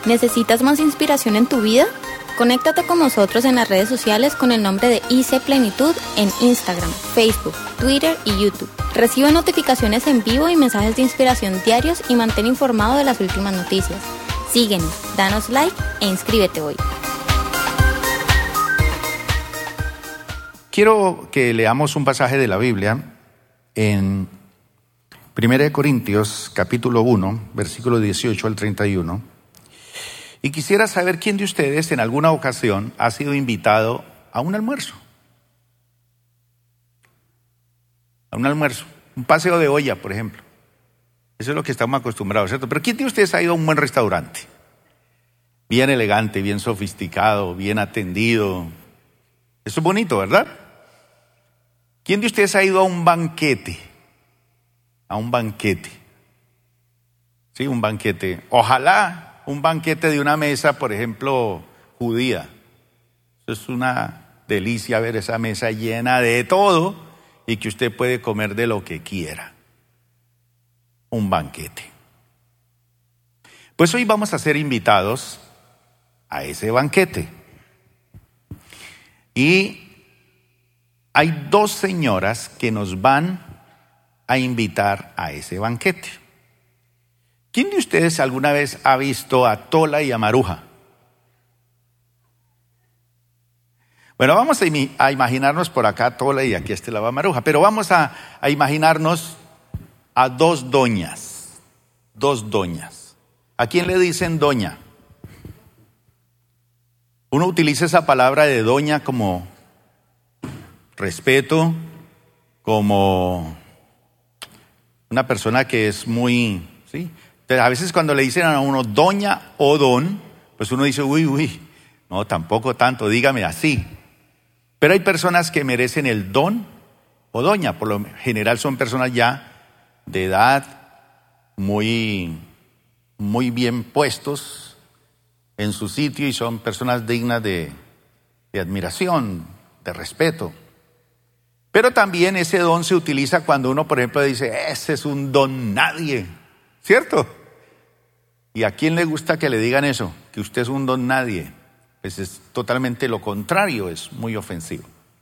¿Necesitas más inspiración en tu vida? Conéctate con nosotros en las redes sociales con el nombre de IC Plenitud en Instagram, Facebook, Twitter y YouTube. Recibe notificaciones en vivo y mensajes de inspiración diarios y mantén informado de las últimas noticias. Síguenos, danos like e inscríbete hoy. Quiero que leamos un pasaje de la Biblia en 1 Corintios capítulo 1, versículo 18 al 31. Y quisiera saber quién de ustedes en alguna ocasión ha sido invitado a un almuerzo. A un almuerzo, un paseo de olla, por ejemplo. Eso es lo que estamos acostumbrados, ¿cierto? Pero ¿quién de ustedes ha ido a un buen restaurante? Bien elegante, bien sofisticado, bien atendido. Eso es bonito, ¿verdad? ¿Quién de ustedes ha ido a un banquete? A un banquete. Sí, un banquete. Ojalá un banquete de una mesa, por ejemplo, judía. Eso es una delicia ver esa mesa llena de todo y que usted puede comer de lo que quiera. Un banquete. Pues hoy vamos a ser invitados a ese banquete. Y hay dos señoras que nos van a invitar a ese banquete. ¿Quién de ustedes alguna vez ha visto a Tola y a Maruja? Bueno, vamos a imaginarnos por acá Tola y aquí a este lado a Maruja, pero vamos a imaginarnos a dos doñas. Dos doñas. ¿A quién le dicen doña? Uno utiliza esa palabra de doña como respeto, como una persona que es muy, ¿sí? A veces cuando le dicen a uno doña o don, pues uno dice, uy, no, tampoco tanto, dígame así. Pero hay personas que merecen el don o doña, por lo general son personas ya de edad, muy bien puestos en su sitio y son personas dignas de admiración, de respeto. Pero también ese don se utiliza cuando uno, por ejemplo, dice, ese es un don nadie, ¿cierto? ¿Y a quién le gusta que le digan eso? Que usted es un don nadie. Pues es totalmente lo contrario, es muy ofensivo.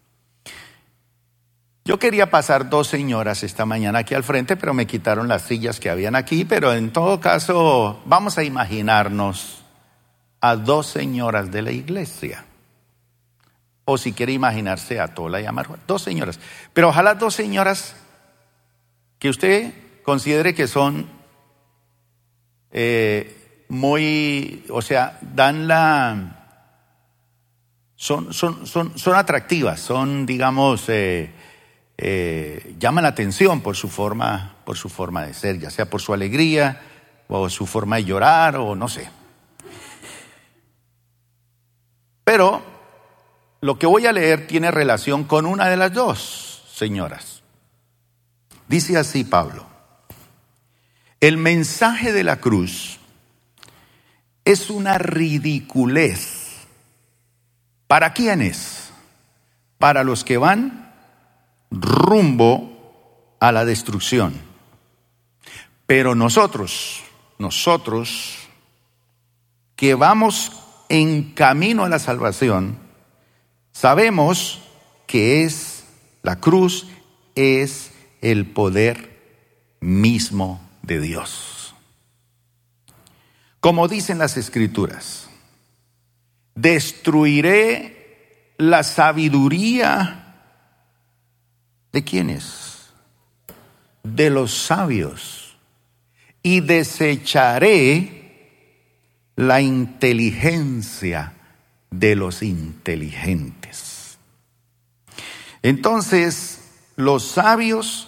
Yo quería pasar dos señoras esta mañana aquí al frente, pero me quitaron las sillas que habían aquí. Pero en todo caso, vamos a imaginarnos a dos señoras de la iglesia. O si quiere imaginarse a Tola y a Maruja, dos señoras. Pero ojalá dos señoras que usted considere que son son atractivas, son, digamos, llaman la atención por su forma de ser, ya sea por su alegría o su forma de llorar o no sé. Pero lo que voy a leer tiene relación con una de las dos señoras. Dice así Pablo: el mensaje de la cruz es una ridiculez. ¿Para quiénes? Para los que van rumbo a la destrucción. Pero nosotros que vamos en camino a la salvación, sabemos que la cruz es el poder mismo de Dios. Como dicen las Escrituras, destruiré la sabiduría ¿de quiénes? De los sabios, y desecharé la inteligencia de los inteligentes. Entonces, los sabios,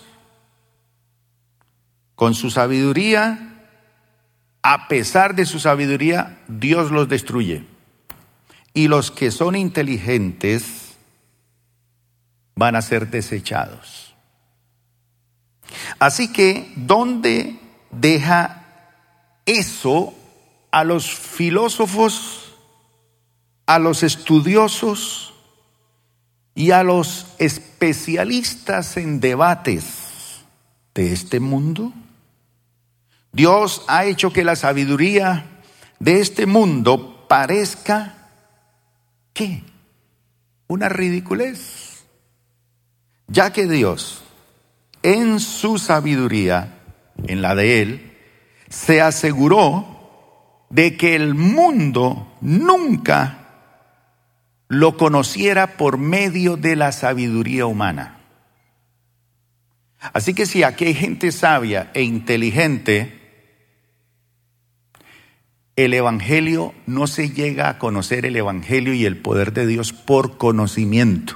con su sabiduría, a pesar de su sabiduría, Dios los destruye. Y los que son inteligentes van a ser desechados. Así que, ¿dónde deja eso a los filósofos, a los estudiosos y a los especialistas en debates de este mundo? Dios ha hecho que la sabiduría de este mundo parezca, ¿qué? Una ridiculez. Ya que Dios, en su sabiduría, en la de Él, se aseguró de que el mundo nunca lo conociera por medio de la sabiduría humana. Así que si aquí hay gente sabia e inteligente, el Evangelio no se llega a conocer el Evangelio y el poder de Dios por conocimiento,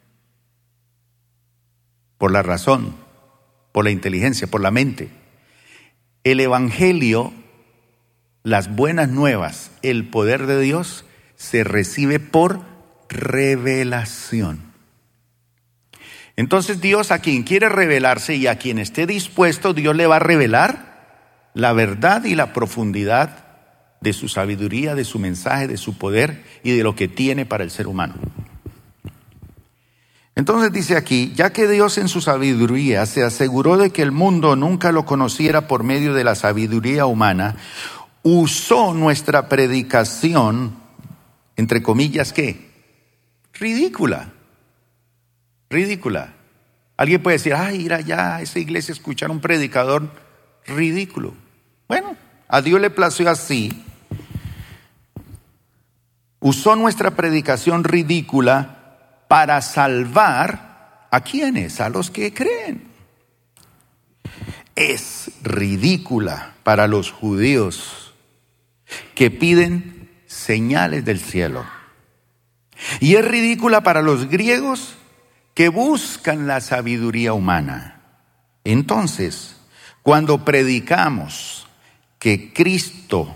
por la razón, por la inteligencia, por la mente. El Evangelio, las buenas nuevas, el poder de Dios se recibe por revelación. Entonces Dios, a quien quiere revelarse y a quien esté dispuesto, Dios le va a revelar la verdad y la profundidad de su sabiduría, de su mensaje, de su poder y de lo que tiene para el ser humano. Entonces dice aquí, ya que Dios en su sabiduría se aseguró de que el mundo nunca lo conociera por medio de la sabiduría humana, usó nuestra predicación, entre comillas, ¿qué? Ridícula. Alguien puede decir, ay, ir allá a esa iglesia a escuchar a un predicador ridículo. Bueno, a Dios le plació así. Usó nuestra predicación ridícula para salvar ¿a quiénes? A los que creen. Es ridícula para los judíos que piden señales del cielo. Y es ridícula para los griegos que buscan la sabiduría humana. Entonces, cuando predicamos que Cristo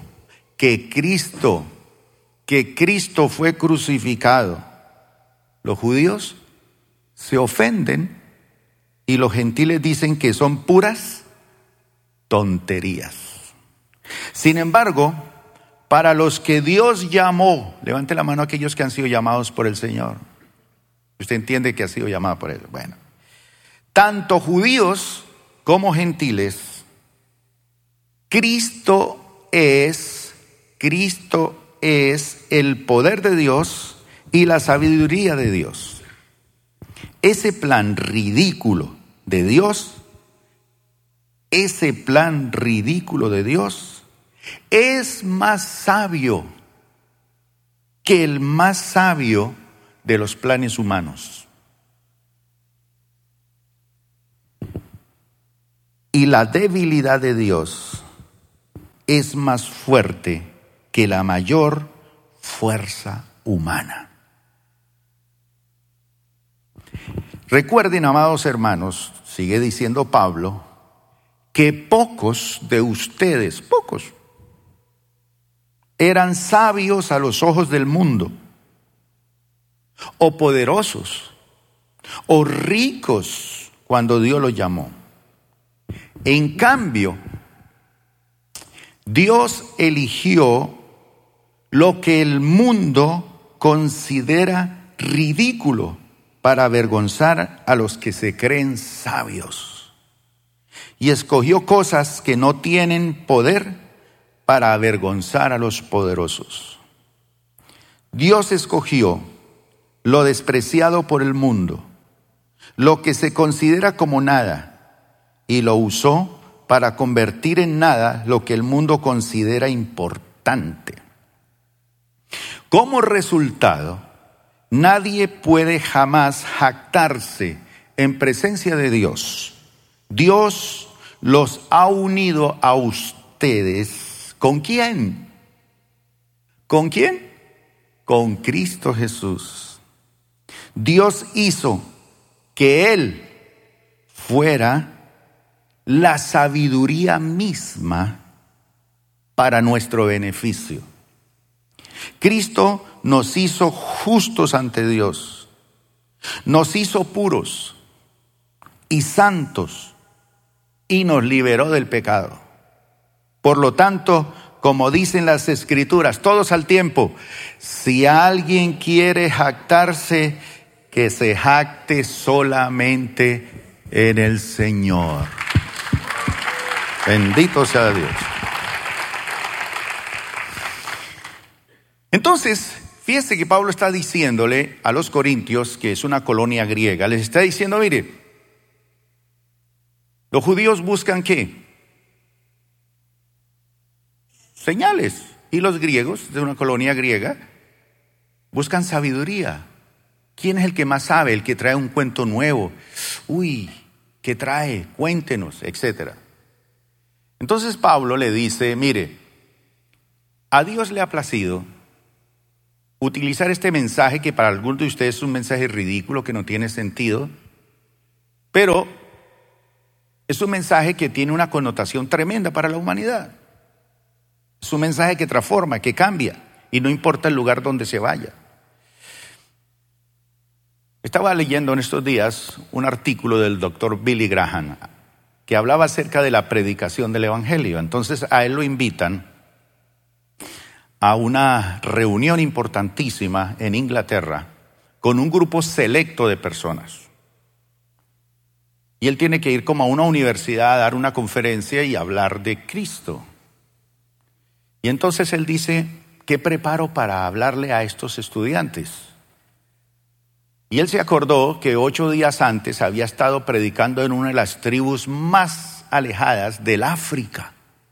fue crucificado, los judíos se ofenden y los gentiles dicen que son puras tonterías. Sin embargo, para los que Dios llamó, levante la mano a aquellos que han sido llamados por el Señor. Usted entiende que ha sido llamado por Él. Bueno, tanto judíos como gentiles, Cristo es el poder de Dios y la sabiduría de Dios. Ese plan ridículo de Dios, es más sabio que el más sabio de los planes humanos. Y la debilidad de Dios es más fuerte que la mayor fuerza humana. Recuerden, amados hermanos, sigue diciendo Pablo, que pocos de ustedes, eran sabios a los ojos del mundo, o poderosos, o ricos cuando Dios los llamó. En cambio, Dios eligió lo que el mundo considera ridículo para avergonzar a los que se creen sabios. Y escogió cosas que no tienen poder para avergonzar a los poderosos. Dios escogió lo despreciado por el mundo, lo que se considera como nada, y lo usó para convertir en nada lo que el mundo considera importante. Como resultado, nadie puede jamás jactarse en presencia de Dios. Dios los ha unido a ustedes. ¿Con quién? ¿Con quién? Con Cristo Jesús. Dios hizo que Él fuera la sabiduría misma para nuestro beneficio. Cristo nos hizo justos ante Dios, nos hizo puros y santos y nos liberó del pecado. Por lo tanto, como dicen las Escrituras, todos al tiempo, si alguien quiere jactarse, que se jacte solamente en el Señor. Bendito sea Dios. Entonces, fíjese que Pablo está diciéndole a los corintios, que es una colonia griega, les está diciendo, mire, los judíos buscan ¿qué? Señales. Y los griegos, de una colonia griega, buscan sabiduría. ¿Quién es el que más sabe? El que trae un cuento nuevo. Uy, ¿qué trae? Cuéntenos, etc. Entonces Pablo le dice, mire, a Dios le ha placido utilizar este mensaje que para algunos de ustedes es un mensaje ridículo, que no tiene sentido, pero es un mensaje que tiene una connotación tremenda para la humanidad. Es un mensaje que transforma, que cambia, y no importa el lugar donde se vaya. Estaba leyendo en estos días un artículo del doctor Billy Graham que hablaba acerca de la predicación del evangelio. Entonces a él lo invitan a una reunión importantísima en Inglaterra con un grupo selecto de personas. Y él tiene que ir como a una universidad a dar una conferencia y hablar de Cristo. Y entonces él dice, ¿qué preparo para hablarle a estos estudiantes? Y él se acordó que 8 días antes había estado predicando en una de las tribus más alejadas del África.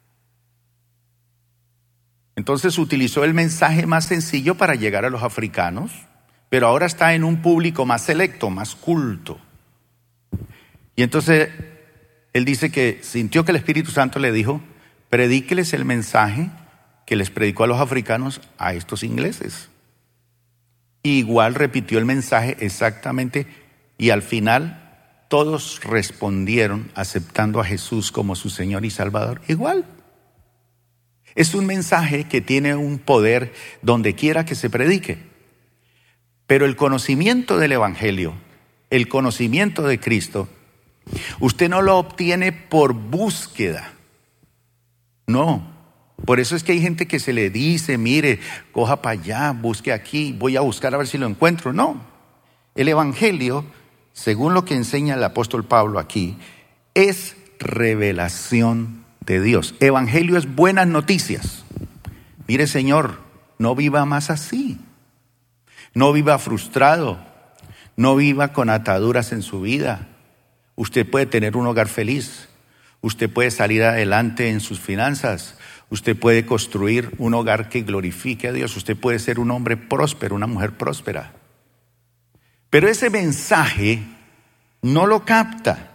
Entonces utilizó el mensaje más sencillo para llegar a los africanos, pero ahora está en un público más selecto, más culto. Y entonces él dice que sintió que el Espíritu Santo le dijo, predíqueles el mensaje que les predicó a los africanos a estos ingleses. Igual repitió el mensaje exactamente y al final todos respondieron aceptando a Jesús como su Señor y Salvador. Igual. Es un mensaje que tiene un poder donde quiera que se predique. Pero el conocimiento del Evangelio, el conocimiento de Cristo, usted no lo obtiene por búsqueda. No. Por eso es que hay gente que se le dice, mire, coja para allá, busque aquí, voy a buscar a ver si lo encuentro. No, el Evangelio, según lo que enseña el apóstol Pablo aquí, es revelación de Dios. Evangelio es buenas noticias. Mire, Señor, no viva más así. No viva frustrado, no viva con ataduras en su vida. Usted puede tener un hogar feliz, usted puede salir adelante en sus finanzas, usted puede construir un hogar que glorifique a Dios. Usted puede ser un hombre próspero, una mujer próspera. Pero ese mensaje no lo capta.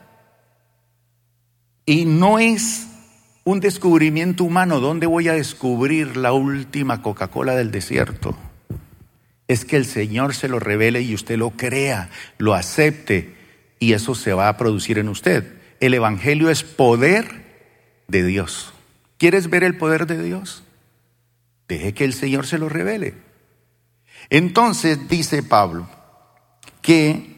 Y no es un descubrimiento humano. ¿Dónde voy a descubrir la última Coca-Cola del desierto? Es que el Señor se lo revele y usted lo crea, lo acepte. Y eso se va a producir en usted. El Evangelio es poder de Dios. ¿Quieres ver el poder de Dios? Deje que el Señor se lo revele. Entonces dice Pablo que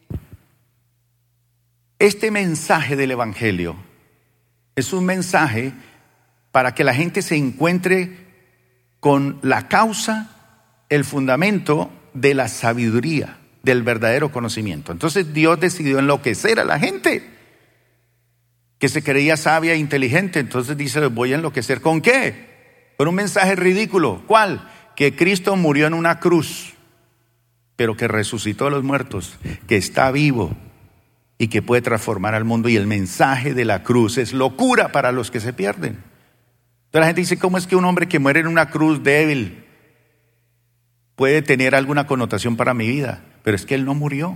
este mensaje del Evangelio es un mensaje para que la gente se encuentre con la causa, el fundamento de la sabiduría, del verdadero conocimiento. Entonces Dios decidió enloquecer a la gente que se creía sabia e inteligente. Entonces dice, voy a enloquecer. ¿Con qué? Con un mensaje ridículo. ¿Cuál? Que Cristo murió en una cruz, pero que resucitó de los muertos, que está vivo y que puede transformar al mundo. Y el mensaje de la cruz es locura para los que se pierden. Entonces la gente dice, ¿cómo es que un hombre que muere en una cruz débil puede tener alguna connotación para mi vida? Pero es que él no murió.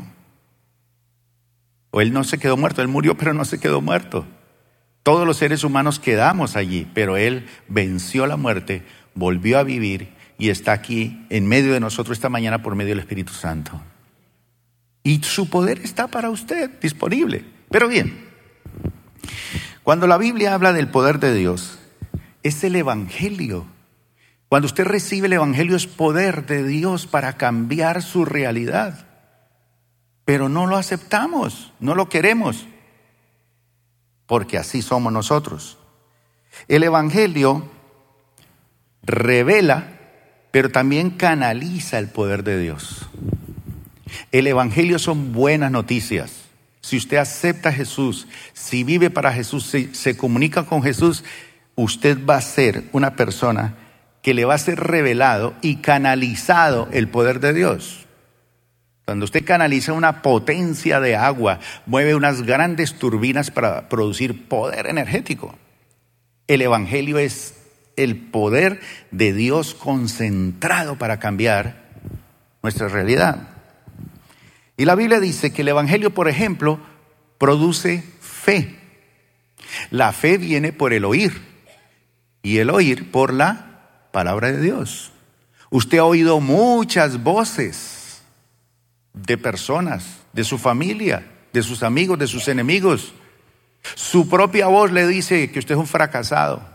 O él no se quedó muerto, él murió pero no se quedó muerto. Todos los seres humanos quedamos allí, pero él venció la muerte, volvió a vivir y está aquí en medio de nosotros esta mañana por medio del Espíritu Santo. Y su poder está para usted, disponible. Pero bien, cuando la Biblia habla del poder de Dios, es el Evangelio. Cuando usted recibe el Evangelio es poder de Dios para cambiar su realidad. Pero no lo aceptamos, no lo queremos, porque así somos nosotros. El Evangelio revela, pero también canaliza el poder de Dios. El Evangelio son buenas noticias. Si usted acepta a Jesús, si vive para Jesús, si se comunica con Jesús, usted va a ser una persona que le va a ser revelado y canalizado el poder de Dios. Cuando usted canaliza una potencia de agua, mueve unas grandes turbinas para producir poder energético. El Evangelio es el poder de Dios concentrado para cambiar nuestra realidad. Y la Biblia dice que el Evangelio, por ejemplo, produce fe. La fe viene por el oír y el oír por la palabra de Dios. Usted ha oído muchas voces de personas, de su familia, de sus amigos, de sus enemigos. Su propia voz le dice que usted es un fracasado.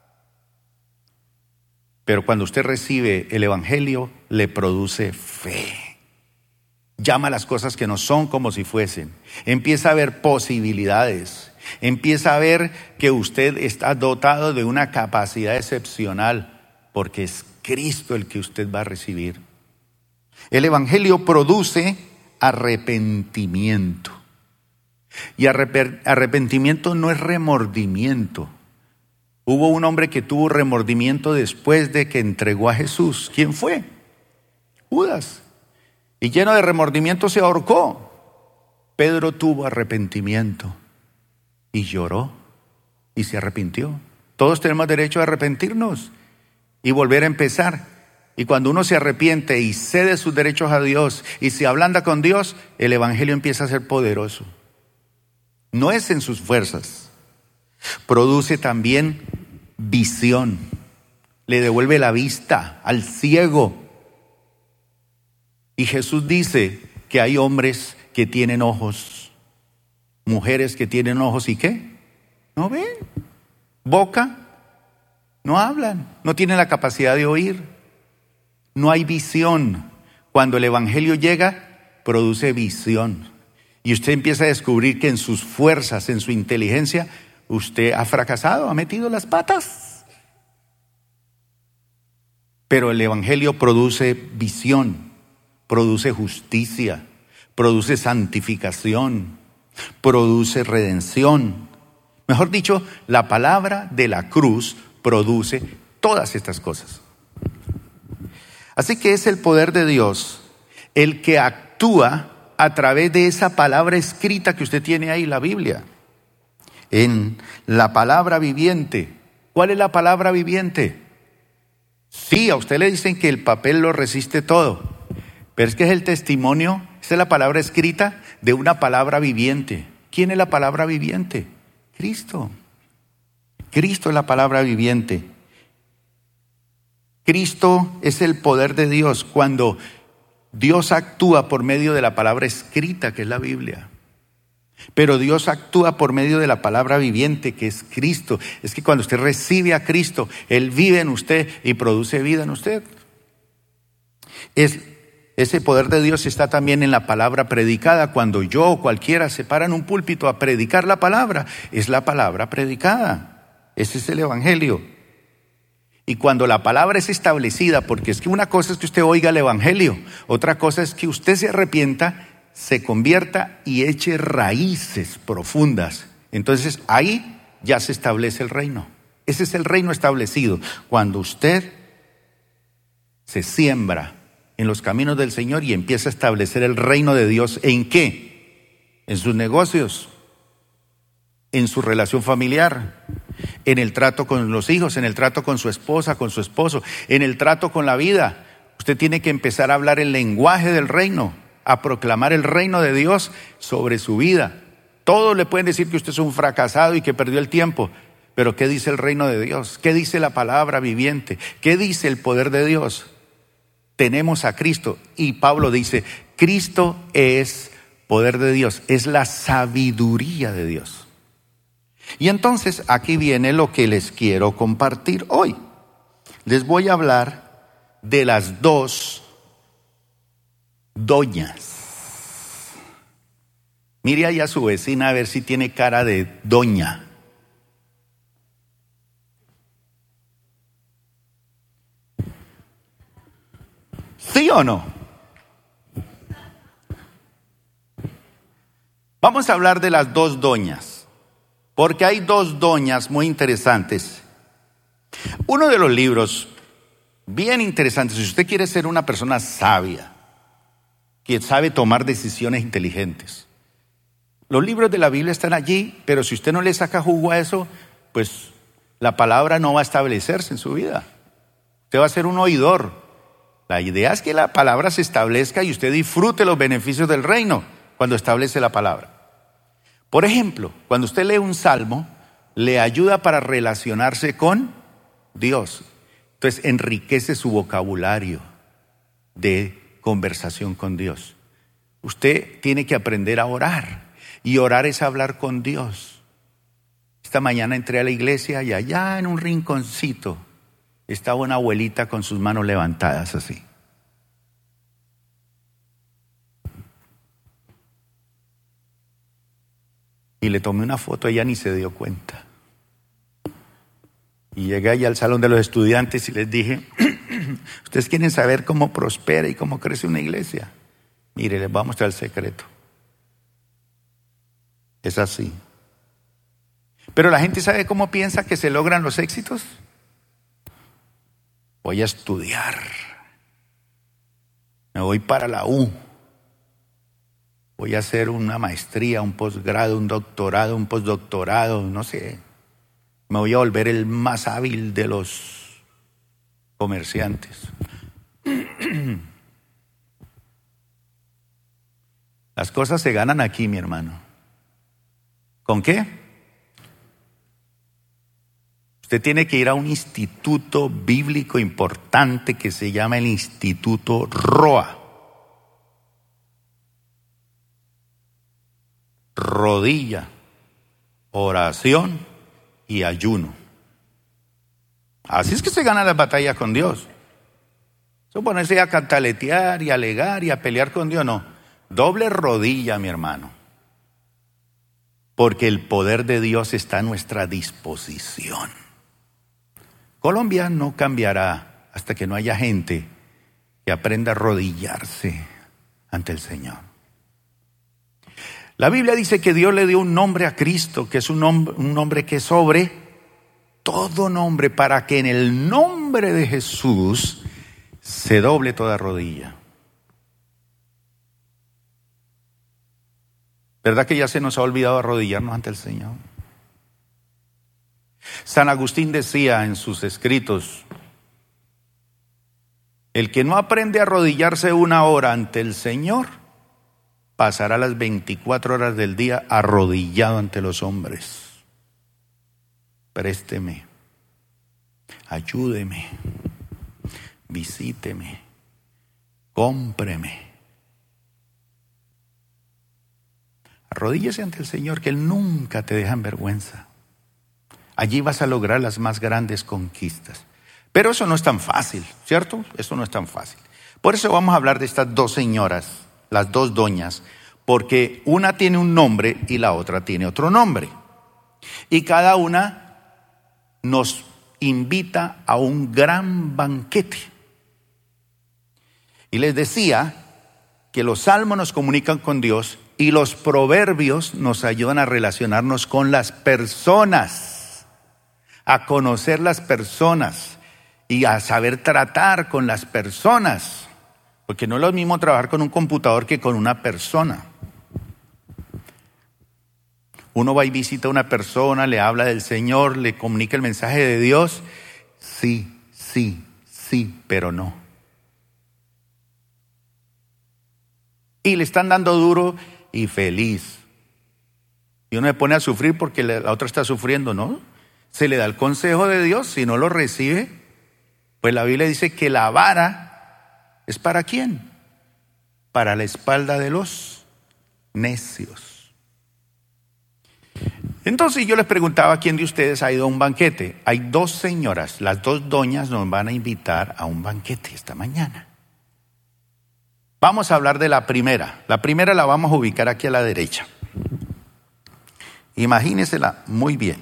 Pero cuando usted recibe el Evangelio, le produce fe. Llama las cosas que no son como si fuesen. Empieza a ver posibilidades. Empieza a ver que usted está dotado de una capacidad excepcional, porque es Cristo el que usted va a recibir. El Evangelio produce arrepentimiento. Y arrepentimiento no es remordimiento. Hubo un hombre que tuvo remordimiento después de que entregó a Jesús. ¿Quién fue? Judas. Y lleno de remordimiento se ahorcó. Pedro tuvo arrepentimiento y lloró y se arrepintió. Todos tenemos derecho a arrepentirnos y volver a empezar. Y cuando uno se arrepiente y cede sus derechos a Dios y se ablanda con Dios, el Evangelio empieza a ser poderoso. No es en sus fuerzas. Produce también visión. Le devuelve la vista al ciego. Y Jesús dice que hay hombres que tienen ojos, mujeres que tienen ojos y ¿qué? No ven. Boca, no hablan, no tienen la capacidad de oír. No hay visión. Cuando el Evangelio llega, produce visión. Y usted empieza a descubrir que en sus fuerzas, en su inteligencia, usted ha fracasado, ha metido las patas. Pero el Evangelio produce visión. Produce justicia, produce santificación, produce redención. Mejor dicho, la palabra de la cruz produce todas estas cosas. Así que es el poder de Dios el que actúa a través de esa palabra escrita que usted tiene ahí, la Biblia. En la palabra viviente. ¿Cuál es la palabra viviente? Sí, a usted le dicen que el papel lo resiste todo. Pero es que es el testimonio, esa es la palabra escrita de una palabra viviente. ¿Quién es la palabra viviente? Cristo. Cristo es la palabra viviente. Cristo es el poder de Dios cuando Dios actúa por medio de la palabra escrita, que es la Biblia. Pero Dios actúa por medio de la palabra viviente, que es Cristo. Es que cuando usted recibe a Cristo, Él vive en usted y produce vida en usted. Ese poder de Dios está también en la palabra predicada. Cuando yo o cualquiera se para en un púlpito a predicar la palabra, es la palabra predicada. Ese es el Evangelio. Y cuando la palabra es establecida, porque es que una cosa es que usted oiga el Evangelio, otra cosa es que usted se arrepienta, se convierta y eche raíces profundas. Entonces ahí ya se establece el reino. Ese es el reino establecido. Cuando usted se siembra en los caminos del Señor y empieza a establecer el reino de Dios. ¿En qué? En sus negocios, en su relación familiar, en el trato con los hijos, en el trato con su esposa, con su esposo, en el trato con la vida. Usted tiene que empezar a hablar el lenguaje del reino, a proclamar el reino de Dios sobre su vida. Todos le pueden decir que usted es un fracasado y que perdió el tiempo, pero ¿qué dice el reino de Dios? ¿Qué dice la palabra viviente? ¿Qué dice el poder de Dios? Tenemos a Cristo y Pablo dice, Cristo es poder de Dios, es la sabiduría de Dios. Y entonces aquí viene lo que les quiero compartir hoy. Les voy a hablar de las dos doñas. Mire ahí a su vecina a ver si tiene cara de doña. ¿Sí o no? Vamos a hablar de las dos doñas, porque hay dos doñas muy interesantes. Uno de los libros bien interesante. Si usted quiere ser una persona sabia, que sabe tomar decisiones inteligentes, los libros de la Biblia están allí, pero si usted no le saca jugo a eso, pues la palabra no va a establecerse en su vida. Usted va a ser un oidor. La idea es que la palabra se establezca y usted disfrute los beneficios del reino cuando establece la palabra. Por ejemplo, cuando usted lee un salmo, le ayuda para relacionarse con Dios. Entonces enriquece su vocabulario de conversación con Dios. Usted tiene que aprender a orar, y orar es hablar con Dios. Esta mañana entré a la iglesia y allá en un rinconcito estaba una abuelita con sus manos levantadas así. Y le tomé una foto, ella ni se dio cuenta. Y llegué allá al salón de los estudiantes y les dije, ¿ustedes quieren saber cómo prospera y cómo crece una iglesia? Mire, les voy a mostrar el secreto. Es así. Pero la gente ¿sabe cómo piensa que se logran los éxitos? Voy a estudiar. Me voy para la U. Voy a hacer una maestría, un posgrado, un doctorado, un postdoctorado, no sé. Me voy a volver el más hábil de los comerciantes. Las cosas se ganan aquí, mi hermano. ¿Con qué? Usted tiene que ir a un instituto bíblico importante que se llama el Instituto Roa. Rodilla, oración y ayuno. Así es que se gana las batallas con Dios. Eso ponerse a cantaletear y a alegar y a pelear con Dios, no. Doble rodilla, mi hermano. Porque el poder de Dios está a nuestra disposición. Colombia no cambiará hasta que no haya gente que aprenda a arrodillarse ante el Señor. La Biblia dice que Dios le dio un nombre a Cristo, que es un nombre que es sobre todo nombre, para que en el nombre de Jesús se doble toda rodilla. ¿Verdad que ya se nos ha olvidado arrodillarnos ante el Señor? San Agustín decía en sus escritos, el que no aprende a arrodillarse una hora ante el Señor, pasará las 24 horas del día arrodillado ante los hombres. Présteme, ayúdeme, visíteme, cómpreme. Arrodíllese ante el Señor, que Él nunca te deja en vergüenza. Allí vas a lograr las más grandes conquistas. Pero eso no es tan fácil, ¿cierto? Eso no es tan fácil. Por eso vamos a hablar de estas dos señoras, las dos doñas, porque una tiene un nombre y la otra tiene otro nombre. Y cada una nos invita a un gran banquete. Y les decía que los salmos nos comunican con Dios y los proverbios nos ayudan a relacionarnos con las personas, a conocer las personas y a saber tratar con las personas. Porque no es lo mismo trabajar con un computador que con una persona. Uno va y visita a una persona, le habla del Señor, le comunica el mensaje de Dios. Sí, sí, sí, pero no. Y le están dando duro y feliz. Y uno se pone a sufrir porque la otra está sufriendo, ¿no? Se le da el consejo de Dios, si no lo recibe, pues la Biblia dice que la vara es ¿para quién? Para la espalda de los necios. Entonces yo les preguntaba, ¿quién de ustedes ha ido a un banquete? Hay dos señoras, las dos doñas nos van a invitar a un banquete esta mañana. Vamos a hablar de la primera. La primera la vamos a ubicar aquí a la derecha. Imagínensela muy bien.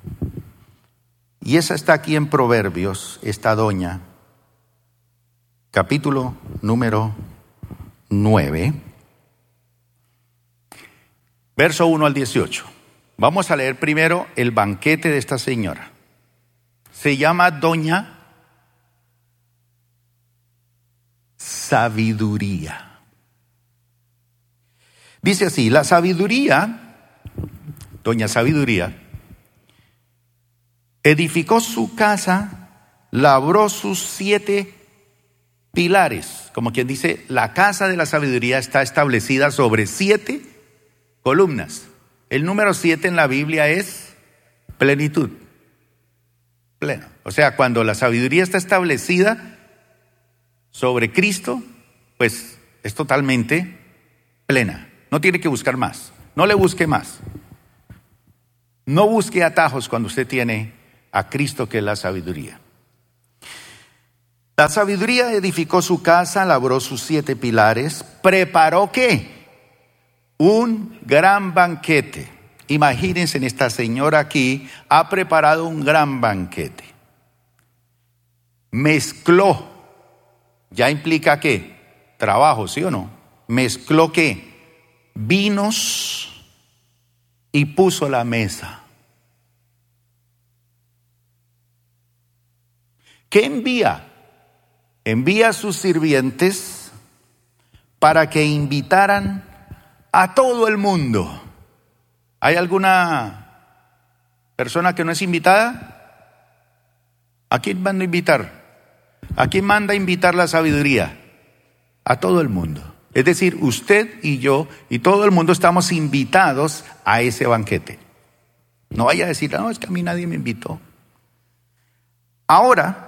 Y esa está aquí en Proverbios, esta doña, capítulo número 9, verso 1 al 18. Vamos a leer primero el banquete de esta señora. Se llama doña sabiduría. Dice así, la sabiduría, doña Sabiduría, edificó su casa, labró sus 7 pilares. Como quien dice, la casa de la sabiduría está establecida sobre 7 columnas. El número 7 en la Biblia es plenitud. Pleno. O sea, cuando la sabiduría está establecida sobre Cristo, pues es totalmente plena. No tiene que buscar más. No le busque más. No busque atajos cuando usted tiene a Cristo, que es la sabiduría. La sabiduría edificó su casa, labró sus 7 pilares, preparó ¿qué? Un gran banquete. Imagínense, esta señora aquí ha preparado un gran banquete. Mezcló, ya implica ¿qué? Trabajo, ¿sí o no? Mezcló ¿qué? Vinos y puso la mesa. ¿Qué envía? Envía a sus sirvientes para que invitaran a todo el mundo. ¿Hay alguna persona que no es invitada? ¿A quién manda a invitar? ¿A quién manda a invitar la sabiduría? A todo el mundo. Es decir, usted y yo y todo el mundo estamos invitados a ese banquete. No vaya a decir, no, es que a mí nadie me invitó. Ahora,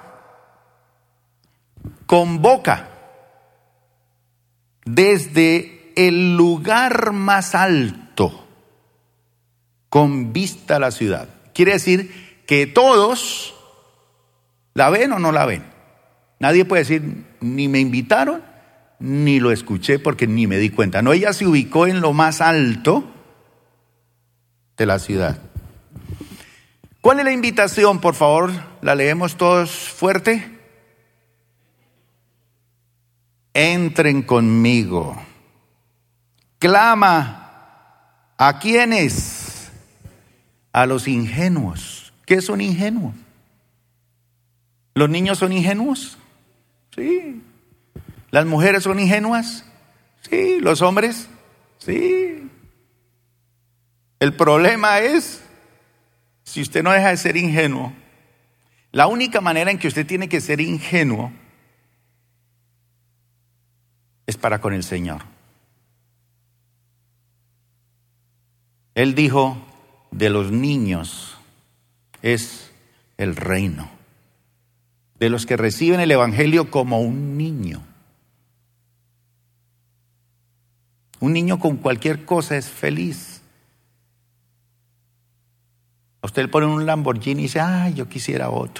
convoca desde el lugar más alto con vista a la ciudad. Quiere decir que todos la ven o no la ven. Nadie puede decir, ni me invitaron, ni lo escuché porque ni me di cuenta. No, ella se ubicó en lo más alto de la ciudad. ¿Cuál es la invitación? Por favor, la leemos todos fuerte. Entren conmigo. Clama. ¿A quiénes? A los ingenuos. ¿Qué son ingenuos? ¿Los niños son ingenuos? Sí. ¿Las mujeres son ingenuas? Sí. ¿Los hombres? Sí. El problema es, si usted no deja de ser ingenuo, la única manera en que usted tiene que ser ingenuo es para con el Señor. Él dijo, de los niños es el reino. De los que reciben el evangelio como un niño. Un niño con cualquier cosa es feliz. A usted le ponen un Lamborghini y dice, ay, yo quisiera otro.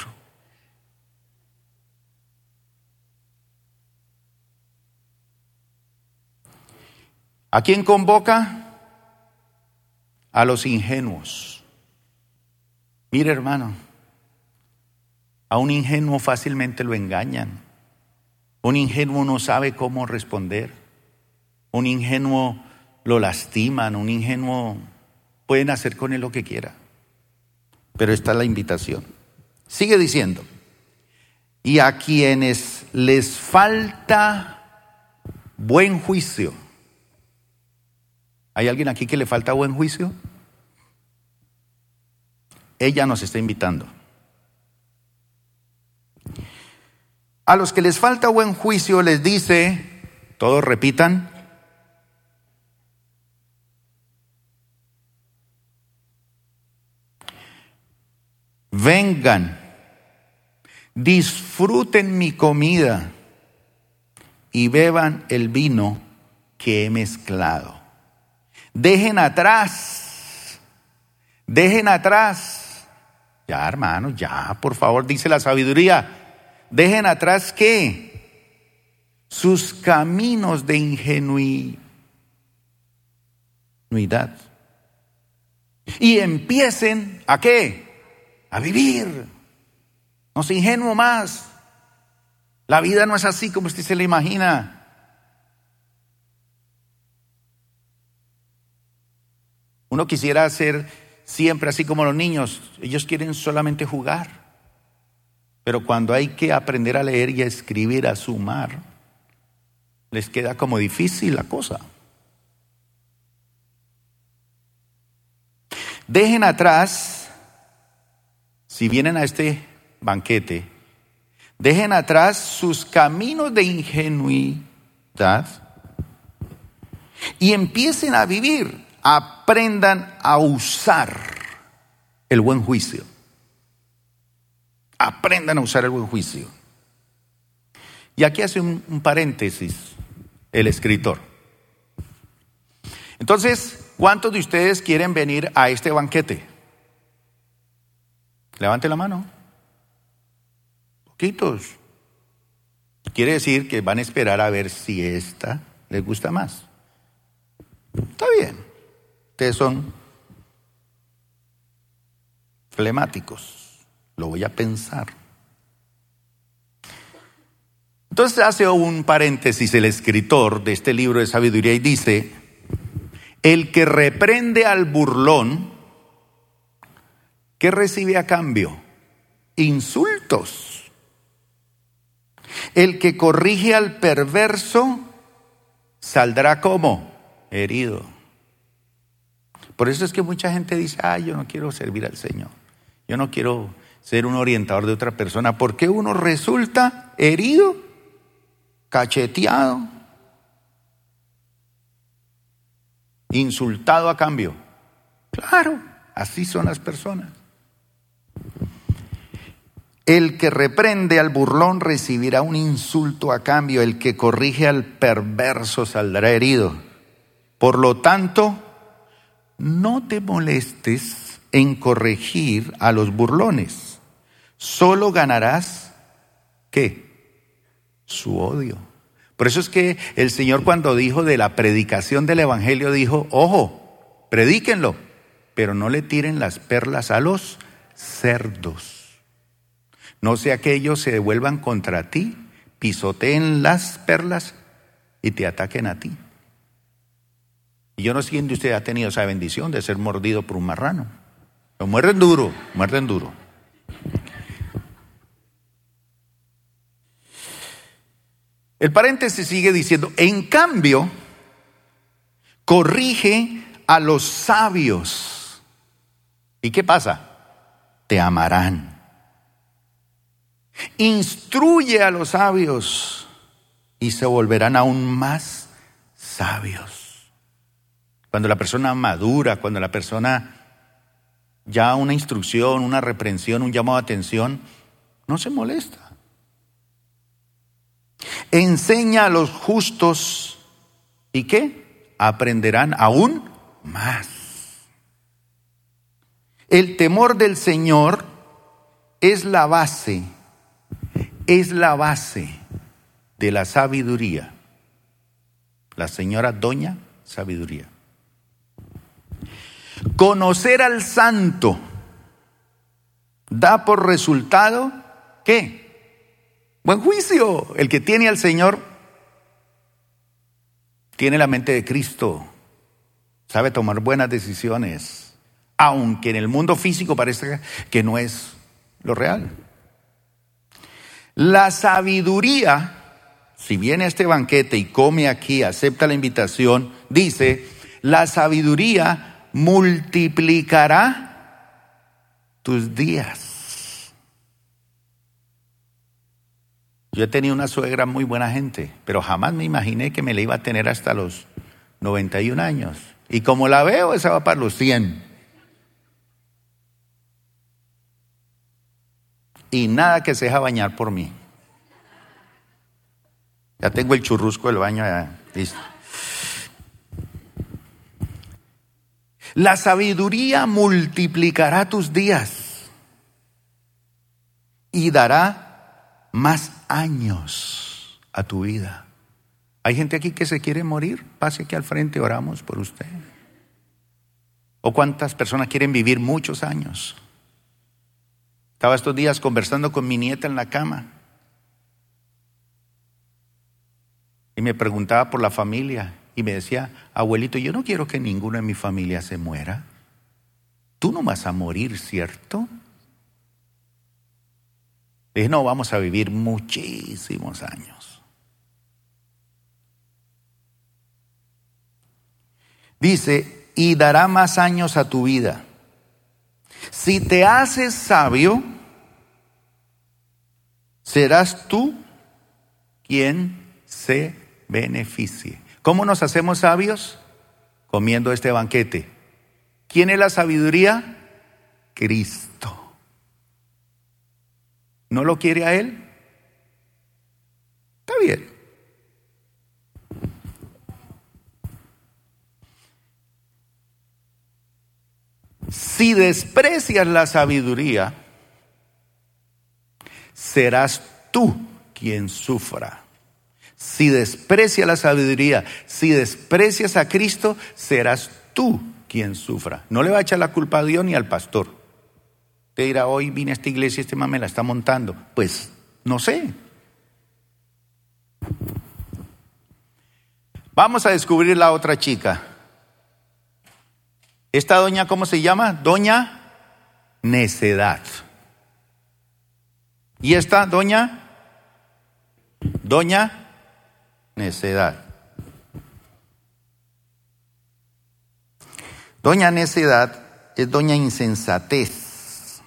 ¿A quién convoca? A los ingenuos. Mire, hermano, a un ingenuo fácilmente lo engañan. Un ingenuo no sabe cómo responder. Un ingenuo lo lastiman. Un ingenuo pueden hacer con él lo que quiera. Pero esta es la invitación. Sigue diciendo, y a quienes les falta buen juicio. ¿Hay alguien aquí que le falta buen juicio? Ella nos está invitando. A los que les falta buen juicio les dice, todos repitan, vengan, disfruten mi comida y beban el vino que he mezclado. Dejen atrás. Ya, hermanos, ya, por favor, dice la sabiduría. Dejen atrás ¿qué? Sus caminos de ingenuidad. Y empiecen ¿a qué? A vivir. No se ingenuo más. La vida no es así como usted se la imagina. Uno quisiera ser siempre así como los niños. Ellos quieren solamente jugar. Pero cuando hay que aprender a leer y a escribir, a sumar, les queda como difícil la cosa. Dejen atrás, si vienen a este banquete, dejen atrás sus caminos de ingenuidad y empiecen a vivir, aprendan a usar el buen juicio. Aprendan a usar el buen juicio. Y aquí hace un paréntesis el escritor. Entonces, ¿cuántos de ustedes quieren venir a este banquete? Levante la mano. Poquitos. Quiere decir que van a esperar a ver si esta les gusta más. Está bien. Ustedes son flemáticos. Lo voy a pensar. Entonces hace un paréntesis el escritor de este libro de sabiduría y dice: el que reprende al burlón, ¿qué recibe a cambio? Insultos. El que corrige al perverso saldrá como herido. Por eso es que mucha gente dice: yo no quiero servir al Señor, yo no quiero ser un orientador de otra persona, porque uno resulta herido, cacheteado, insultado a cambio. Claro, así son las personas. El que reprende al burlón recibirá un insulto a cambio, el que corrige al perverso saldrá herido. Por lo tanto, no te molestes en corregir a los burlones, solo ganarás, ¿qué? Su odio. Por eso es que el Señor, cuando dijo de la predicación del evangelio, dijo: ojo, predíquenlo, pero no le tiren las perlas a los cerdos. No sea que ellos se devuelvan contra ti, pisoteen las perlas y te ataquen a ti. Y yo no sé quién de ustedes ha tenido esa bendición de ser mordido por un marrano. Lo muerden duro, muerden duro. El paréntesis sigue diciendo: en cambio, corrige a los sabios. ¿Y qué pasa? Te amarán. Instruye a los sabios y se volverán aún más sabios. Cuando la persona madura, cuando la persona ya una instrucción, una reprensión, un llamado de atención, no se molesta. Enseña a los justos y ¿qué? Aprenderán aún más. El temor del Señor es la base de la sabiduría. La señora Doña Sabiduría. Conocer al santo da por resultado ¿qué? Buen juicio. El que tiene al Señor tiene la mente de Cristo, sabe tomar buenas decisiones, aunque en el mundo físico parece que no es lo real. La sabiduría, si viene a este banquete y come aquí, acepta la invitación, dice: la sabiduría multiplicará tus días. Yo he tenido una suegra muy buena gente, pero jamás me imaginé que me la iba a tener hasta los 91 años. Y como la veo, esa va para los 100. Y nada que se deja bañar por mí. Ya tengo el churrusco del baño ya listo. La sabiduría multiplicará tus días y dará más años a tu vida. Hay gente aquí que se quiere morir. Pase aquí al frente, oramos por usted. ¿O cuántas personas quieren vivir muchos años? Estaba estos días conversando con mi nieta en la cama y me preguntaba por la familia y me decía: abuelito, yo no quiero que ninguno de mi familia se muera. Tú no vas a morir, ¿cierto? Le dije: no, vamos a vivir muchísimos años. Dice, y dará más años a tu vida. Si te haces sabio, serás tú quien se beneficie. ¿Cómo nos hacemos sabios? Comiendo este banquete. ¿Quién es la sabiduría? Cristo. ¿No lo quiere a Él? Está bien. Si desprecias la sabiduría, serás tú quien sufra. Si desprecias la sabiduría, si desprecias a Cristo, serás tú quien sufra. No le va a echar la culpa a Dios ni al pastor. Te dirá, hoy vine a esta iglesia y este man me la está montando. Pues, no sé. Vamos a descubrir la otra chica. Esta doña, ¿cómo se llama? Doña Necedad. ¿Y esta doña? Doña Necedad. Doña Necedad es doña insensatez.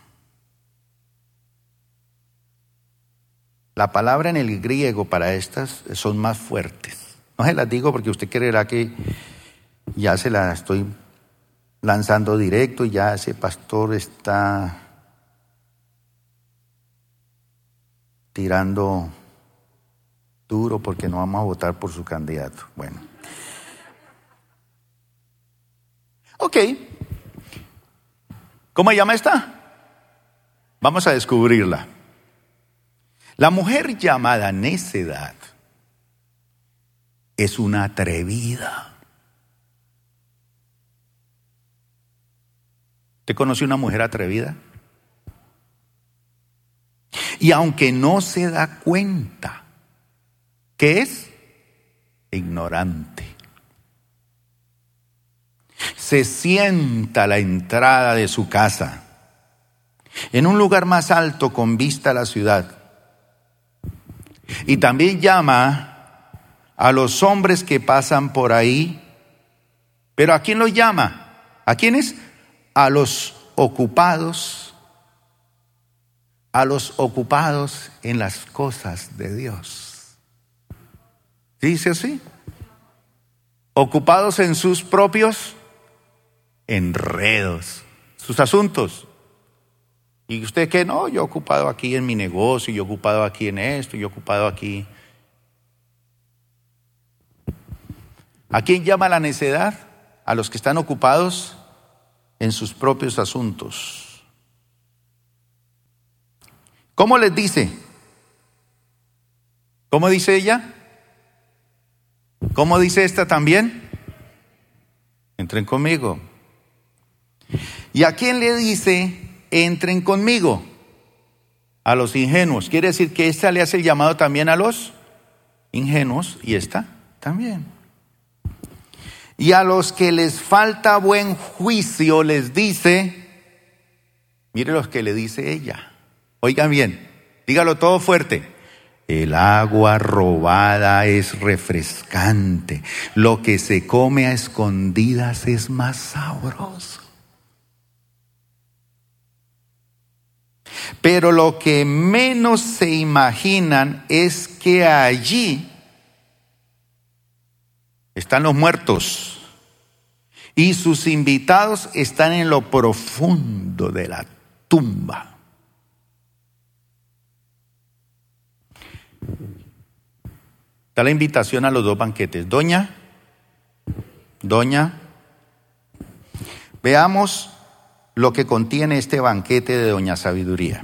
La palabra en el griego para estas son más fuertes. No se las digo porque usted creerá que ya se la estoy lanzando directo y ya ese pastor está tirando duro porque no vamos a votar por su candidato. Bueno. Ok. ¿Cómo se llama esta? Vamos a descubrirla. La mujer llamada Necedad es una atrevida. ¿Usted conoce una mujer atrevida? Y aunque no se da cuenta, ¿qué es? Ignorante. Se sienta a la entrada de su casa, en un lugar más alto con vista a la ciudad. Y también llama a los hombres que pasan por ahí. ¿Pero a quién los llama? ¿A quiénes? A los ocupados en las cosas de Dios. ¿Dice así? Ocupados en sus propios enredos, sus asuntos. ¿Y usted qué? No, yo he ocupado aquí en mi negocio, yo he ocupado aquí en esto, yo he ocupado aquí. ¿A quién llama la necedad? A los que están ocupados en sus propios asuntos. ¿Cómo les dice? ¿Cómo dice ella? ¿Cómo dice esta también? Entren conmigo. ¿Y a quién le dice entren conmigo? A los ingenuos. Quiere decir que esta le hace el llamado también a los ingenuos y esta también. Y a los que les falta buen juicio les dice, mire los que le dice ella. Oigan bien, dígalo todo fuerte. El agua robada es refrescante. Lo que se come a escondidas es más sabroso. Pero lo que menos se imaginan es que allí están los muertos y sus invitados están en lo profundo de la tumba. Está la invitación a los dos banquetes. Doña, veamos lo que contiene este banquete de Doña Sabiduría.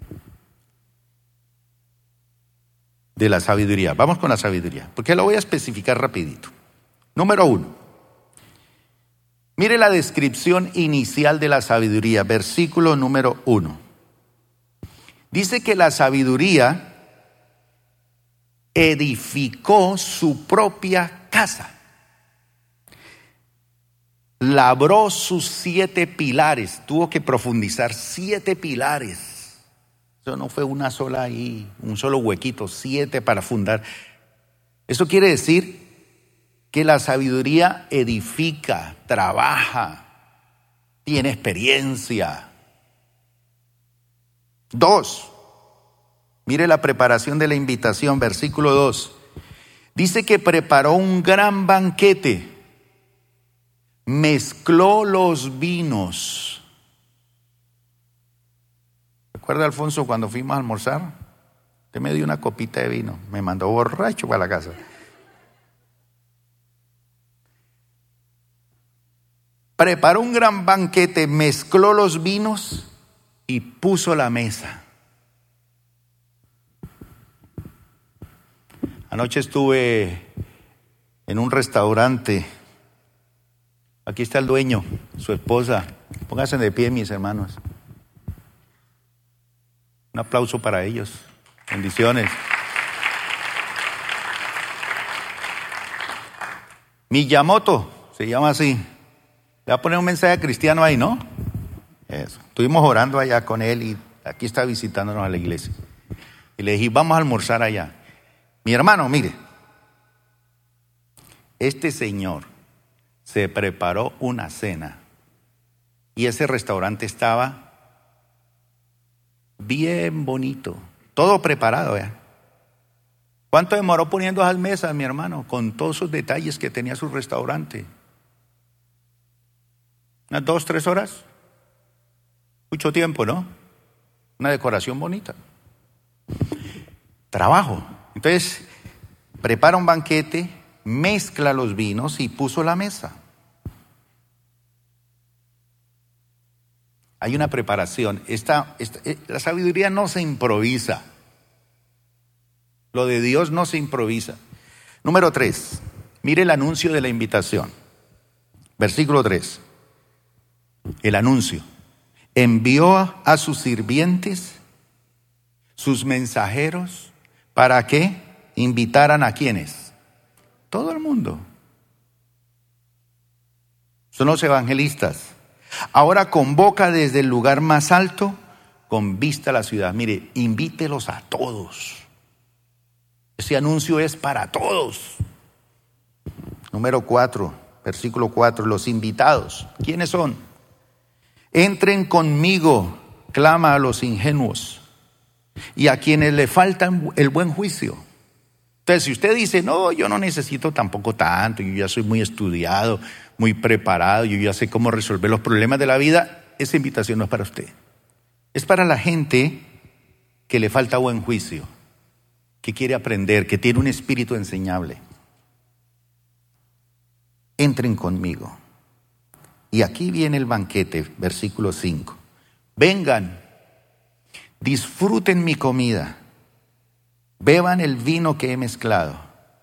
De la sabiduría. Vamos con la sabiduría, porque lo voy a especificar rapidito. Número 1. Mire la descripción inicial de la sabiduría, versículo número 1. Dice que la sabiduría edificó su propia casa. Labró sus 7 pilares. Tuvo que profundizar 7 pilares. Eso no fue una sola ahí, un solo huequito, 7 para fundar. Eso quiere decir que la sabiduría edifica, trabaja, tiene experiencia. 2, mire la preparación de la invitación, versículo 2. Dice que preparó un gran banquete, mezcló los vinos. ¿Recuerda, Alfonso, cuando fuimos a almorzar? Usted me dio una copita de vino, me mandó borracho para la casa. Preparó un gran banquete, mezcló los vinos y puso la mesa. Anoche estuve en un restaurante. Aquí está el dueño, su esposa. Pónganse de pie, mis hermanos. Un aplauso para ellos. Bendiciones. Miyamoto, se llama así. Le voy a poner un mensaje cristiano ahí, ¿no? Eso. Estuvimos orando allá con él y aquí está visitándonos a la iglesia. Y le dije, vamos a almorzar allá. Mi hermano, mire, este señor se preparó una cena y ese restaurante estaba bien bonito, todo preparado, ¿eh? ¿Cuánto demoró poniendo esas mesas, mi hermano? Con todos esos detalles que tenía su restaurante. Unas 2-3 horas. Mucho tiempo, ¿no? Una decoración bonita. Trabajo. Entonces, prepara un banquete, mezcla los vinos y puso la mesa. Hay una preparación. La sabiduría no se improvisa. Lo de Dios no se improvisa. Número 3. Mire el anuncio de la invitación. Versículo 3. El anuncio. Envió a sus sirvientes, sus mensajeros, ¿para qué? Invitaran a ¿quiénes? Todo el mundo. Son los evangelistas. Ahora convoca desde el lugar más alto con vista a la ciudad. Mire, invítelos a todos. Ese anuncio es para todos. Número 4, versículo 4, los invitados. ¿Quiénes son? Entren conmigo, clama a los ingenuos y a quienes le faltan el buen juicio. Entonces, si usted dice, no, yo no necesito tampoco tanto, yo ya soy muy estudiado, muy preparado, yo ya sé cómo resolver los problemas de la vida, esa invitación no es para usted. Es para la gente que le falta buen juicio, que quiere aprender, que tiene un espíritu enseñable. Entren conmigo. Y aquí viene el banquete, versículo 5. Vengan, disfruten mi comida, beban el vino que he mezclado.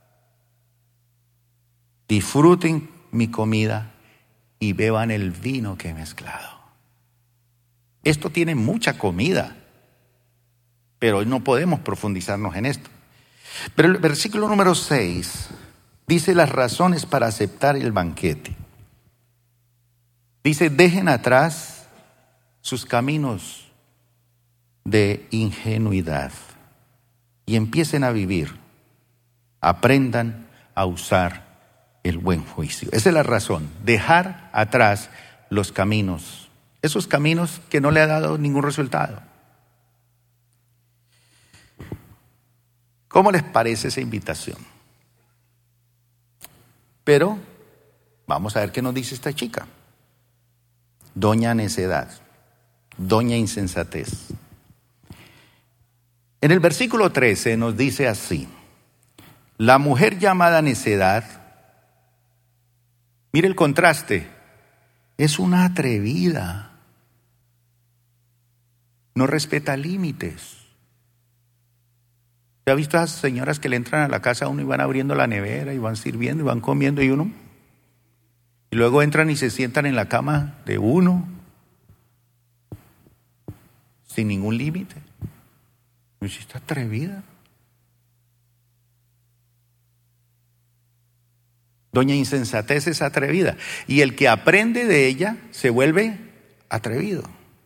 Disfruten mi comida y beban el vino que he mezclado. Esto tiene mucha comida, pero hoy no podemos profundizarnos en esto. Pero el versículo número 6 dice las razones para aceptar el banquete. Dice, dejen atrás sus caminos de ingenuidad y empiecen a vivir. Aprendan a usar el buen juicio. Esa es la razón, dejar atrás los caminos, esos caminos que no le ha dado ningún resultado. ¿Cómo les parece esa invitación? Pero vamos a ver qué nos dice esta chica. Doña necedad, doña insensatez. En el versículo 13 nos dice así: la mujer llamada necedad, mire el contraste, es una atrevida, no respeta límites. ¿Ya ha visto a esas señoras que le entran a la casa a uno y van abriendo la nevera y van sirviendo y van comiendo y uno? Y luego entran y se sientan en la cama de uno sin ningún límite. Pues está atrevida. Doña insensatez es atrevida. Y el que aprende de ella se vuelve atrevido.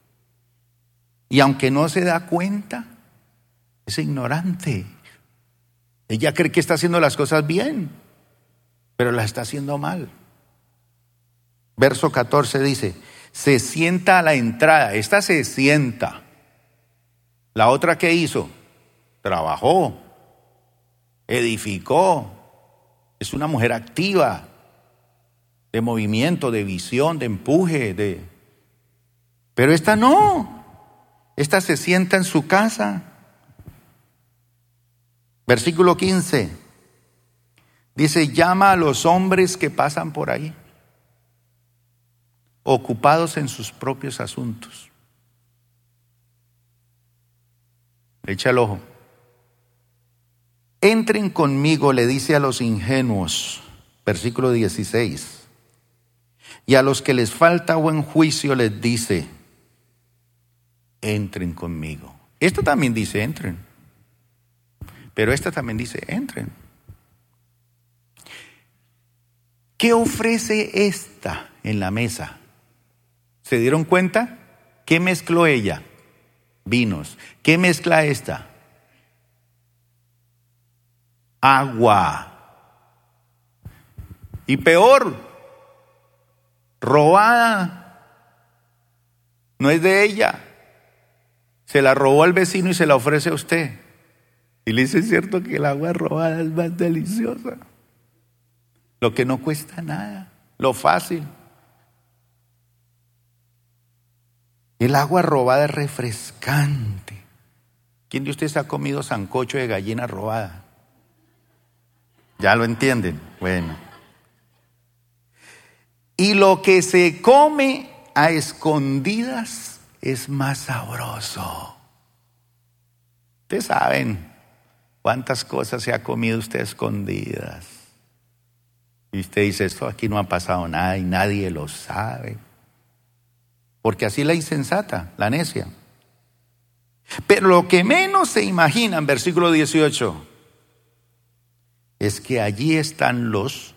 Y aunque no se da cuenta, es ignorante. Ella cree que está haciendo las cosas bien. pero la está haciendo mal. Verso 14 dice, se sienta a la entrada. Esta se sienta. La otra, ¿qué hizo? Trabajó, edificó. Es una mujer activa, de movimiento, de visión, de empuje, Pero esta no. Esta se sienta en su casa. Versículo 15. Dice, llama a los hombres que pasan por ahí, ocupados en sus propios asuntos. Echa el ojo. Entren conmigo, le dice a los ingenuos, versículo 16. Y a los que les falta buen juicio les dice, entren conmigo. Esto también dice entren, pero esta también dice entren. ¿Qué ofrece esta en la mesa? ¿Se dieron cuenta? ¿Qué mezcló ella? Vinos. ¿Qué mezcla esta? Agua. Y peor, robada. No es de ella. Se la robó al vecino y se la ofrece a usted. Y le dice, es cierto que el agua robada es más deliciosa. Lo que no cuesta nada, lo fácil. El agua robada es refrescante. ¿Quién de ustedes ha comido sancocho de gallina robada? ¿Ya lo entienden? Bueno. Y lo que se come a escondidas es más sabroso. Ustedes saben cuántas cosas se ha comido usted a escondidas. Y usted dice, esto aquí no ha pasado nada y nadie lo sabe. Porque así la insensata, la necia. Pero lo que menos se imagina en versículo 18 es que allí están los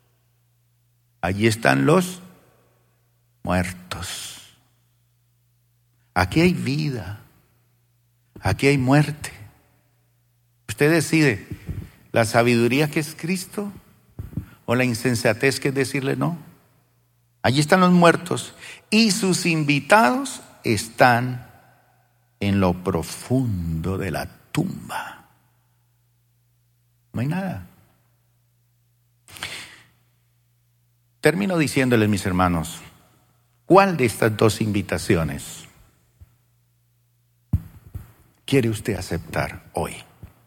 muertos. Aquí hay vida, aquí hay muerte. Usted decide, la sabiduría que es Cristo o la insensatez que es decirle no. Allí están los muertos y sus invitados están en lo profundo de la tumba. No hay nada. Termino diciéndoles, mis hermanos, ¿cuál de estas dos invitaciones quiere usted aceptar hoy?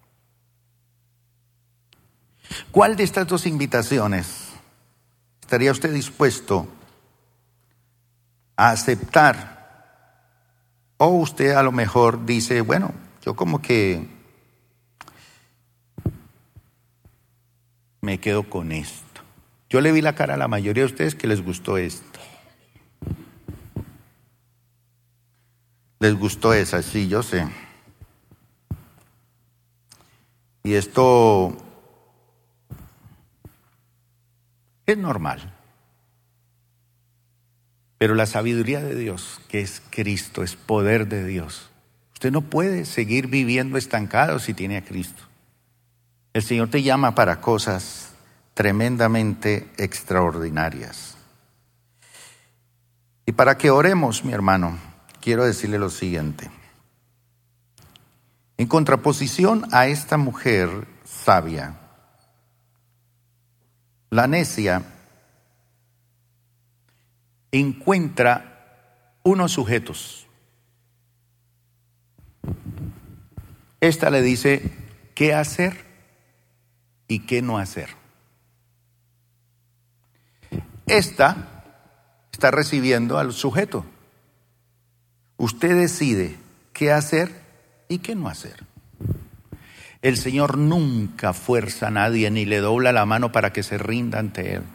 ¿Cuál de estas dos invitaciones estaría usted dispuesto a aceptar? O usted a lo mejor dice, bueno, yo como que me quedo con esto. Yo le vi la cara a la mayoría de ustedes que les gustó esto. Les gustó esa, sí, yo sé. Y esto es normal. Pero la sabiduría de Dios, que es Cristo, es poder de Dios. Usted no puede seguir viviendo estancado si tiene a Cristo. El Señor te llama para cosas tremendamente extraordinarias. Y para que oremos, mi hermano, quiero decirle lo siguiente. En contraposición a esta mujer sabia, la necia encuentra unos sujetos. Esta le dice qué hacer y qué no hacer. Esta está recibiendo al sujeto. Usted decide qué hacer y qué no hacer. El Señor nunca fuerza a nadie ni le dobla la mano para que se rinda ante Él.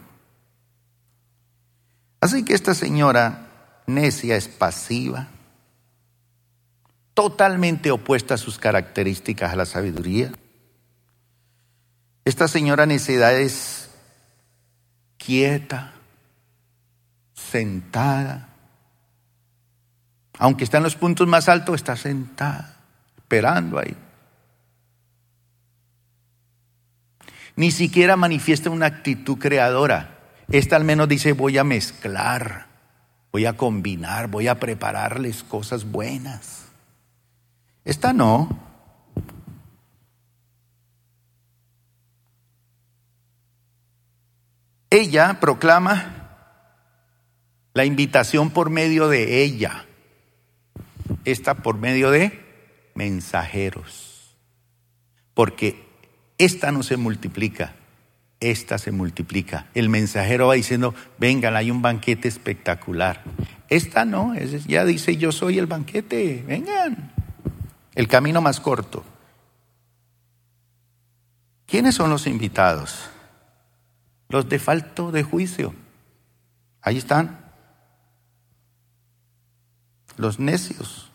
Así que esta señora necia es pasiva, totalmente opuesta a sus características a la sabiduría. Esta señora necedad es quieta, sentada. Aunque está en los puntos más altos, está sentada, esperando ahí. Ni siquiera manifiesta una actitud creadora. Esta al menos dice, voy a mezclar, voy a combinar, voy a prepararles cosas buenas. Esta no. Ella proclama la invitación por medio de ella. Esta por medio de mensajeros. Porque esta no se multiplica, esta se multiplica. El mensajero va diciendo, vengan, hay un banquete espectacular. Esta no, ya dice, yo soy el banquete, vengan. El camino más corto. ¿Quiénes son los invitados? Los de falto de juicio. Ahí están. Los necios.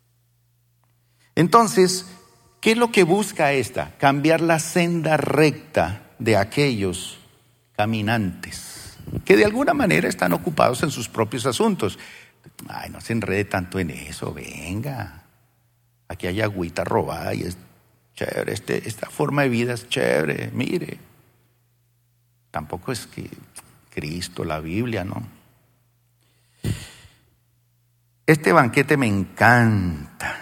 Entonces, ¿qué es lo que busca esta? Cambiar la senda recta de aquellos caminantes que de alguna manera están ocupados en sus propios asuntos. Ay, no se enrede tanto en eso, venga. Aquí hay agüita robada y es chévere, esta forma de vida es chévere, mire. Tampoco es que Cristo, la Biblia, ¿no? Este banquete me encanta.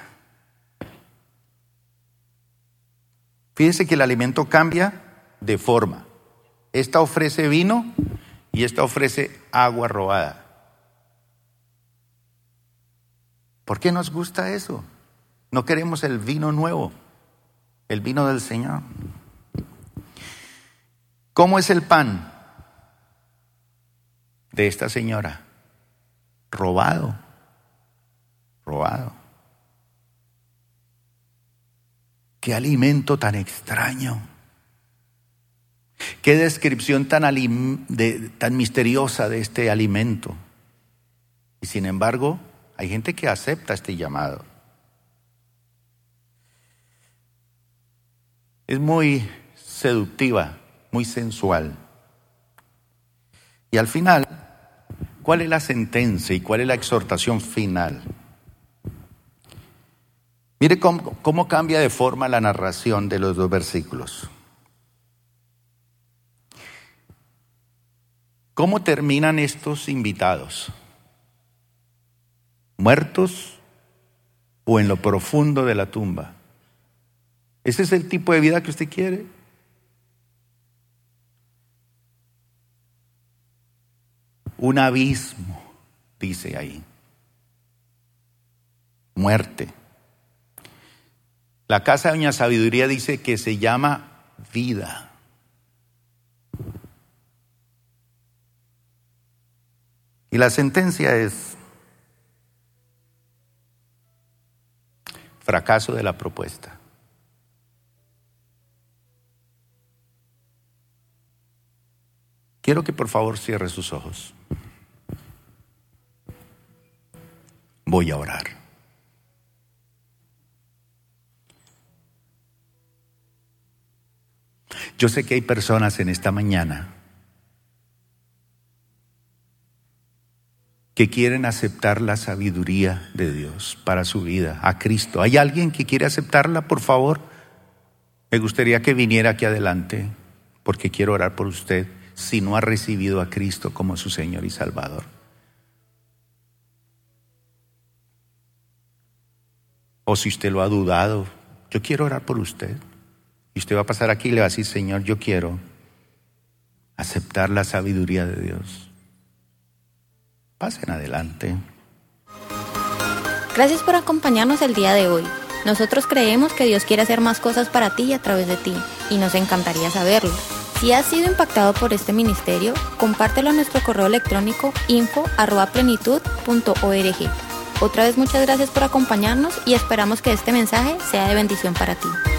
Fíjese que el alimento cambia de forma. Esta ofrece vino y esta ofrece agua robada. ¿Por qué nos gusta eso? No queremos el vino nuevo, el vino del Señor. ¿Cómo es el pan de esta señora? Robado. Qué alimento tan extraño. Qué descripción tan misteriosa de este alimento. Y sin embargo, hay gente que acepta este llamado. Es muy seductiva, muy sensual. Y al final, ¿cuál es la sentencia y cuál es la exhortación final? Mire cómo cambia de forma la narración de los dos versículos. ¿Cómo terminan estos invitados? ¿Muertos o en lo profundo de la tumba? ¿Ese es el tipo de vida que usted quiere? Un abismo, dice ahí. Muerte. La casa de Doña Sabiduría dice que se llama vida. Y la sentencia es fracaso de la propuesta. Quiero que por favor cierre sus ojos. Voy a orar. Yo sé que hay personas en esta mañana que quieren aceptar la sabiduría de Dios para su vida, a Cristo. ¿Hay alguien que quiere aceptarla? Por favor, me gustaría que viniera aquí adelante, porque quiero orar por usted si no ha recibido a Cristo como su Señor y Salvador. O si usted lo ha dudado, yo quiero orar por usted. Y usted va a pasar aquí y le va a decir, Señor, yo quiero aceptar la sabiduría de Dios. Pasen adelante. Gracias por acompañarnos el día de hoy. Nosotros creemos que Dios quiere hacer más cosas para ti y a través de ti, y nos encantaría saberlo. Si has sido impactado por este ministerio, compártelo a nuestro correo electrónico info@plenitud.org. Otra vez muchas gracias por acompañarnos y esperamos que este mensaje sea de bendición para ti.